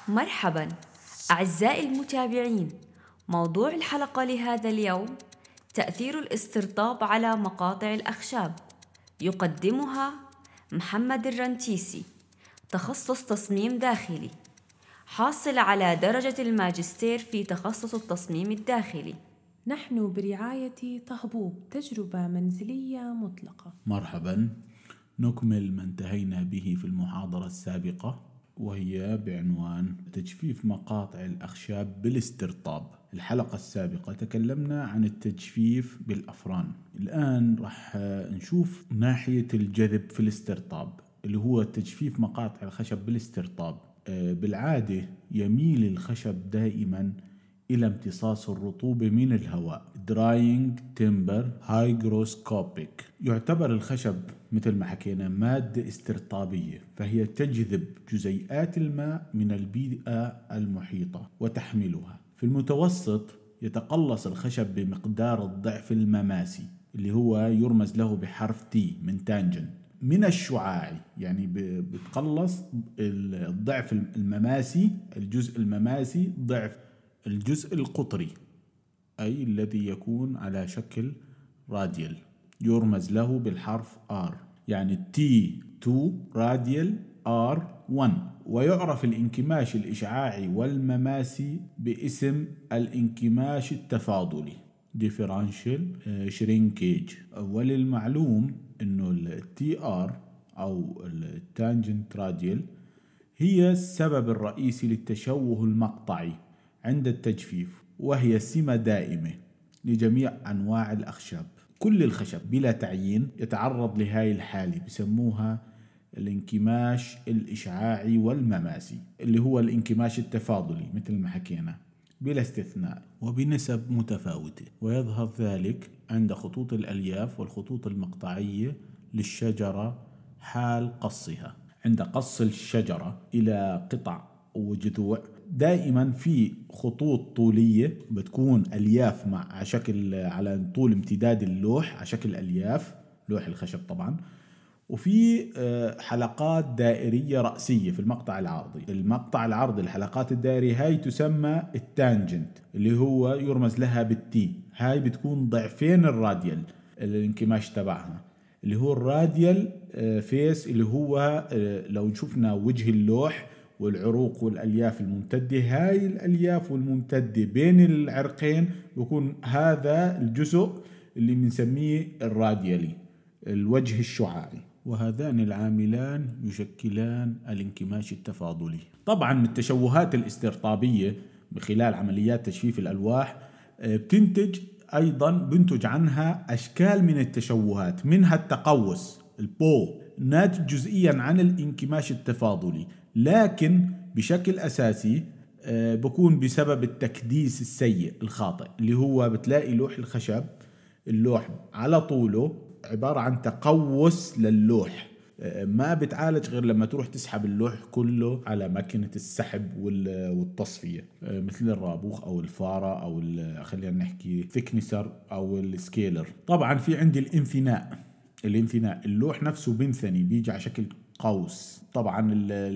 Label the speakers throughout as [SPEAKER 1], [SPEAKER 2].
[SPEAKER 1] مرحباً أعزائي المتابعين. موضوع الحلقة لهذا اليوم: تأثير الاسترطاب على مقاطع الأخشاب. يقدمها محمد الرنتيسي، تخصص تصميم داخلي، حاصل على درجة الماجستير في تخصص التصميم الداخلي.
[SPEAKER 2] نحن برعاية طهبوب، تجربة منزلية مطلقة.
[SPEAKER 3] مرحبا، نكمل ما انتهينا به في المحاضرة السابقة، وهي بعنوان تجفيف مقاطع الأخشاب بالاسترطاب. الحلقة السابقة تكلمنا عن التجفيف بالأفران. الآن راح نشوف ناحية الجذب في الاسترطاب، اللي هو تجفيف مقاطع الخشب بالاسترطاب. بالعادة يميل الخشب دائما إلى امتصاص الرطوبة من الهواء. Drying Timber Hygroscopic. يعتبر الخشب مثل ما حكينا مادة استرطابية، فهي تجذب جزيئات الماء من البيئة المحيطة وتحملها. في المتوسط يتقلص الخشب بمقدار الضعف المماسي، اللي هو يرمز له بحرف T من تانجنت، من الشعاعي. يعني بتقلص الضعف المماسي، الجزء المماسي ضعف الجزء القطري، أي الذي يكون على شكل راديال، يرمز له بالحرف R. يعني T2 راديال R1. ويعرف الانكماش الإشعاعي والمماسي باسم الانكماش التفاضلي Differential Shrinkage. وللمعلوم أنه الTR أو التانجنت راديال هي السبب الرئيسي للتشوه المقطعي عند التجفيف، وهي سمة دائمة لجميع أنواع الأخشاب. كل الخشب بلا تعيين يتعرض لهاي الحالة، بسموها الانكماش الإشعاعي والمماسي، اللي هو الانكماش التفاضلي مثل ما حكينا، بلا استثناء وبنسب متفاوتة. ويظهر ذلك عند خطوط الألياف والخطوط المقطعية للشجرة حال قصها. عند قص الشجرة إلى قطع وجذوع دائما في خطوط طولية بتكون ألياف مع شكل على طول امتداد اللوح على شكل ألياف لوح الخشب طبعا، وفي حلقات دائرية رأسية في المقطع العرضي. المقطع العرضي الحلقات الدائرية هاي تسمى التانجنت، اللي هو يرمز لها بالتي. هاي بتكون ضعفين الراديال الانكماش تبعها، اللي هو الراديال فيس، اللي هو لو شفنا وجه اللوح والعروق والألياف الممتدة، هاي الألياف والممتدة بين العرقين بيكون هذا الجزء اللي بنسميه الراديالي، الوجه الشعاعي. وهذان العاملان يشكلان الانكماش التفاضلي. طبعا التشوهات الاسترطابية بخلال عمليات تجفيف الألواح بنتج عنها أشكال من التشوهات، منها التقوس البو، ناتج جزئيا عن الانكماش التفاضلي، لكن بشكل أساسي بكون بسبب التكديس السيء الخاطئ، اللي هو بتلاقي لوح الخشب، اللوح على طوله عبارة عن تقوس للوح، ما بتعالج غير لما تروح تسحب اللوح كله على ماكينة السحب والتصفية، مثل الرابوخ أو الفارة أو خلينا نحكي ثيكنسر أو السكيلر. طبعا في عندي الانثناء اللوح نفسه بنثني، بيجي على شكل قوس. طبعا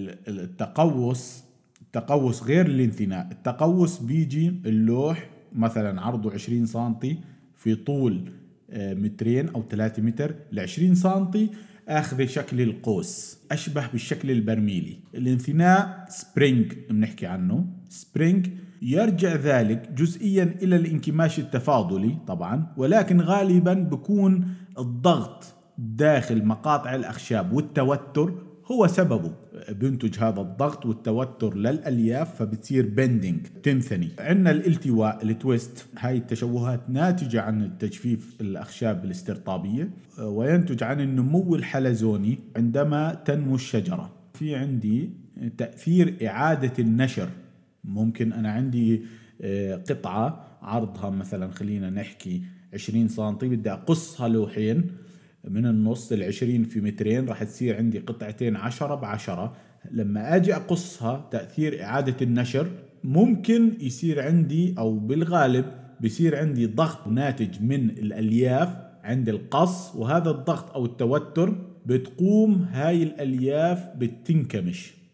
[SPEAKER 3] التقوس غير الانثناء. التقوس بيجي اللوح مثلا عرضه 20 سنتي في طول 2 أو 3 متر، ل20 سنتي أخذ شكل القوس، أشبه بالشكل البرميلي. الانثناء سبرينج بنحكي عنه، سبرينج يرجع ذلك جزئيا إلى الانكماش التفاضلي طبعا، ولكن غالبا بكون الضغط داخل مقاطع الأخشاب والتوتر هو سببه، بينتج هذا الضغط والتوتر للألياف، فبتصير بندنج، تنثني. عندنا الالتواء التويست، هاي التشوهات ناتجة عن التجفيف الأخشاب الاسترطابية، وينتج عن النمو الحلزوني عندما تنمو الشجرة. في عندي تأثير إعادة النشر. ممكن أنا عندي قطعة عرضها مثلا خلينا نحكي 20 سنتي، بدي أقصها لوحين من النص، 20 في 200 راح تصير عندي قطعتين 10 ب10. لما أجي أقصها تأثير إعادة النشر ممكن يصير عندي، أو بالغالب بيصير عندي ضغط ناتج من الألياف عند القص، وهذا الضغط أو التوتر بتقوم هاي الألياف بتنكمش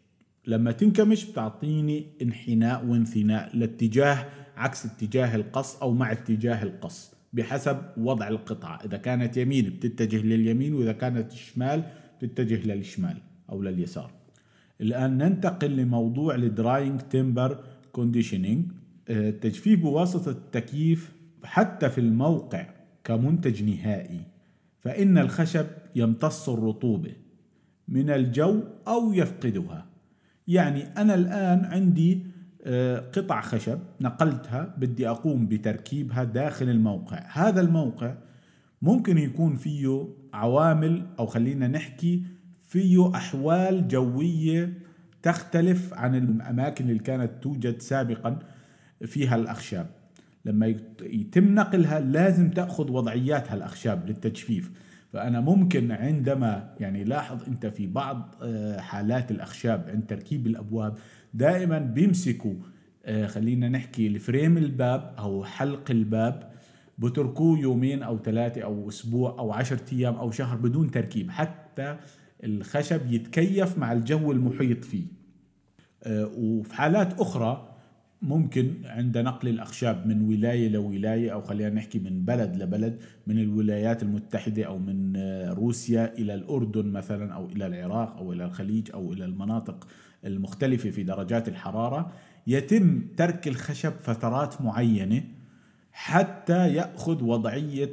[SPEAKER 3] لما تنكمش بتعطيني انحناء وانثناء لاتجاه عكس اتجاه القص أو مع اتجاه القص بحسب وضع القطعة. إذا كانت يمين بتتجه لليمين، وإذا كانت شمال بتتجه للشمال أو لليسار. الآن ننتقل لموضوع الدراينج تيمبر كونديشنينج، التجفيف بواسطة التكييف. حتى في الموقع كمنتج نهائي فإن الخشب يمتص الرطوبة من الجو أو يفقدها. يعني أنا الآن عندي قطع خشب نقلتها، بدي أقوم بتركيبها داخل الموقع. هذا الموقع ممكن يكون فيه عوامل، أو خلينا نحكي فيه أحوال جوية تختلف عن الأماكن اللي كانت توجد سابقا فيها الأخشاب. لما يتم نقلها لازم تأخذ وضعياتها الأخشاب للتجفيف. فأنا ممكن عندما لاحظ أنت في بعض حالات الأخشاب عند تركيب الأبواب دائما بيمسكوا خلينا نحكي الفريم الباب أو حلق الباب، بتركوه يومين أو 3 أو أسبوع أو 10 أيام أو شهر بدون تركيب، حتى الخشب يتكيف مع الجو المحيط فيه. وفي حالات أخرى ممكن عند نقل الأخشاب من ولاية لولاية، أو خلينا نحكي من بلد لبلد، من الولايات المتحدة أو من روسيا إلى الأردن مثلا، أو إلى العراق أو إلى الخليج أو إلى المناطق المختلفة في درجات الحرارة، يتم ترك الخشب فترات معينة حتى يأخذ وضعية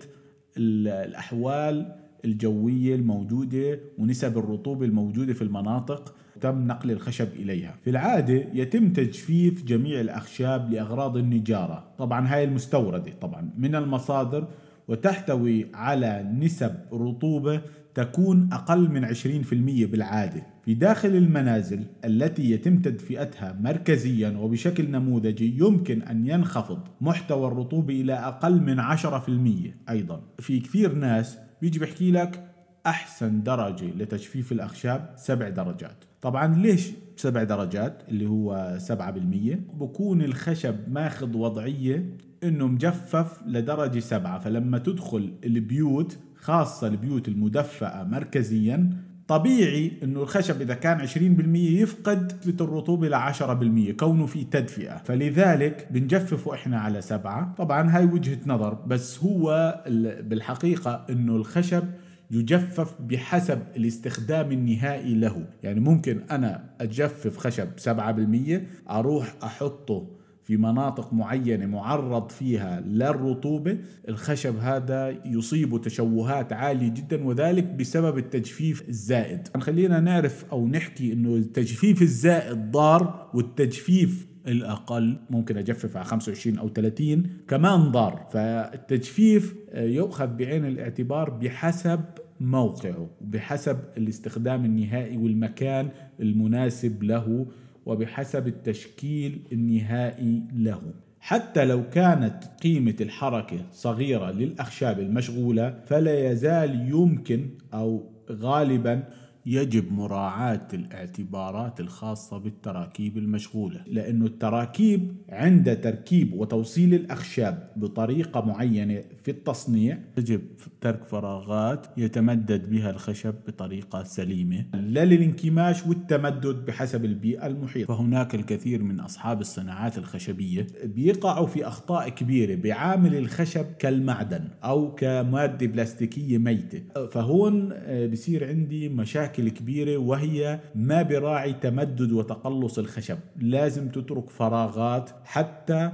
[SPEAKER 3] الأحوال الجوية الموجودة ونسب الرطوبة الموجودة في المناطق تم نقل الخشب إليها. في العادة يتم تجفيف جميع الأخشاب لأغراض النجارة، طبعا هاي المستوردة طبعا من المصادر، وتحتوي على نسب رطوبة تكون أقل من 20% بالعادة. في داخل المنازل التي يتم تدفئتها مركزيا وبشكل نموذجي يمكن أن ينخفض محتوى الرطوبة إلى أقل من 10%. أيضا في كثير ناس بيجي بحكي لك أحسن درجة لتجفيف الأخشاب 7 درجات. طبعا ليش 7 درجات اللي هو 7%؟ بكون الخشب ماخذ وضعية إنه مجفف لدرجة 7، فلما تدخل البيوت خاصة البيوت المدفئة مركزيا طبيعي إنه الخشب إذا كان 20% يفقد نسبة الرطوبة ل 10% كونه في تدفئة، فلذلك بنجففه إحنا على 7. طبعا هاي وجهة نظر، بس هو بالحقيقة إنه الخشب يجفف بحسب الاستخدام النهائي له. يعني ممكن أنا أجفف خشب 7%، أروح أحطه في مناطق معينة معرض فيها للرطوبة، الخشب هذا يصيب تشوهات عالية جدا، وذلك بسبب التجفيف الزائد. خلينا نعرف أو نحكي أنه التجفيف الزائد ضار، والتجفيف الأقل ممكن أجفف على 25 أو 30 كمان ضار. فالتجفيف يؤخذ بعين الاعتبار بحسب موقعه، بحسب الاستخدام النهائي والمكان المناسب له، وبحسب التشكيل النهائي له. حتى لو كانت قيمة الحركة صغيرة للأخشاب المشغولة فلا يزال يمكن أو غالبا يجب مراعاة الاعتبارات الخاصة بالتراكيب المشغولة، لأن التراكيب عند تركيب وتوصيل الأخشاب بطريقة معينة في التصنيع يجب ترك فراغات يتمدد بها الخشب بطريقة سليمة لا للانكماش والتمدد بحسب البيئة المحيطة. فهناك الكثير من أصحاب الصناعات الخشبية بيقعوا في أخطاء كبيرة بعامل الخشب كالمعدن أو كمادة بلاستيكية ميتة، فهون بصير عندي مشاكل كبيرة، وهي ما براعي تمدد وتقلص الخشب. لازم تترك فراغات حتى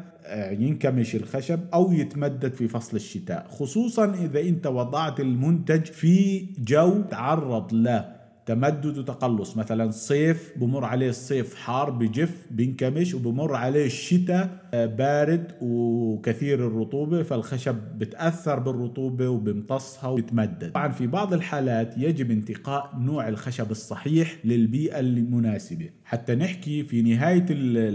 [SPEAKER 3] ينكمش الخشب أو يتمدد في فصل الشتاء، خصوصا إذا أنت وضعت المنتج في جو تعرض له تمدد وتقلص. مثلا صيف بمر عليه الصيف حار بجف بينكمش، وبمر عليه الشتاء بارد وكثير الرطوبة، فالخشب بتأثر بالرطوبة وبمتصها وبتمدد. طبعا في بعض الحالات يجب انتقاء نوع الخشب الصحيح للبيئة المناسبة. حتى نحكي في نهاية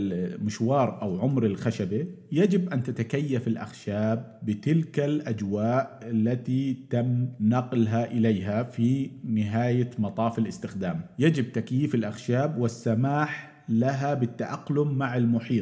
[SPEAKER 3] المشوار أو عمر الخشبة يجب أن تتكيف الأخشاب بتلك الأجواء التي تم نقلها إليها في نهاية مطاف الاستخدام. يجب تكييف الأخشاب والسماح لها بالتأقلم مع المحيط،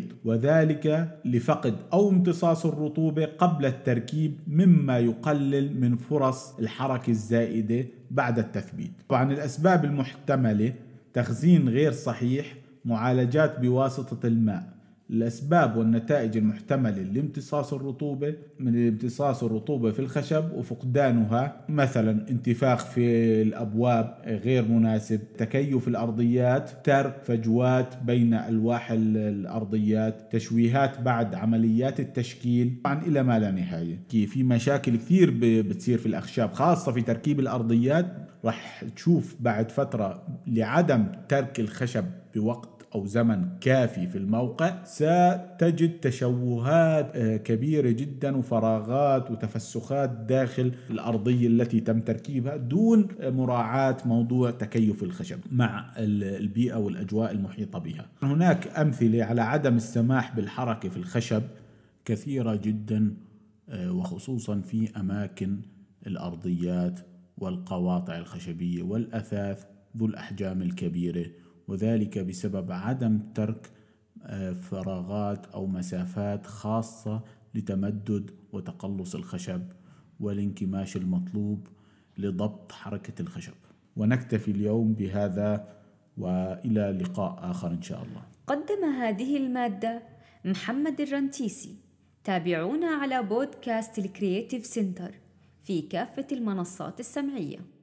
[SPEAKER 3] وذلك لفقد أو امتصاص الرطوبة قبل التركيب، مما يقلل من فرص الحركة الزائدة بعد التثبيت. طبعا الأسباب المحتملة: تخزين غير صحيح، معالجات بواسطة الماء. الأسباب والنتائج المحتملة لامتصاص الرطوبة: من امتصاص الرطوبة في الخشب وفقدانها، مثلا انتفاخ في الأبواب غير مناسب، تكيف الأرضيات، ترك فجوات بين ألواح الأرضيات، تشويهات بعد عمليات التشكيل، طبعا إلى ما لا نهاية. في مشاكل كثير بتصير في الأخشاب خاصة في تركيب الأرضيات. راح تشوف بعد فترة لعدم ترك الخشب بوقت أو زمن كافي في الموقع ستجد تشوهات كبيرة جدا وفراغات وتفسخات داخل الأرضية التي تم تركيبها دون مراعاة موضوع تكيف الخشب مع البيئة والأجواء المحيطة بها. هناك أمثلة على عدم السماح بالحركة في الخشب كثيرة جدا، وخصوصا في أماكن الأرضيات والقواطع الخشبية والأثاث ذو الأحجام الكبيرة، وذلك بسبب عدم ترك فراغات أو مسافات خاصة لتمدد وتقلص الخشب والانكماش المطلوب لضبط حركة الخشب. ونكتفي اليوم بهذا، وإلى لقاء آخر إن شاء الله.
[SPEAKER 1] قدم هذه المادة محمد الرنتيسي. تابعونا على بودكاست الكرياتيف سنتر في كافة المنصات السمعية.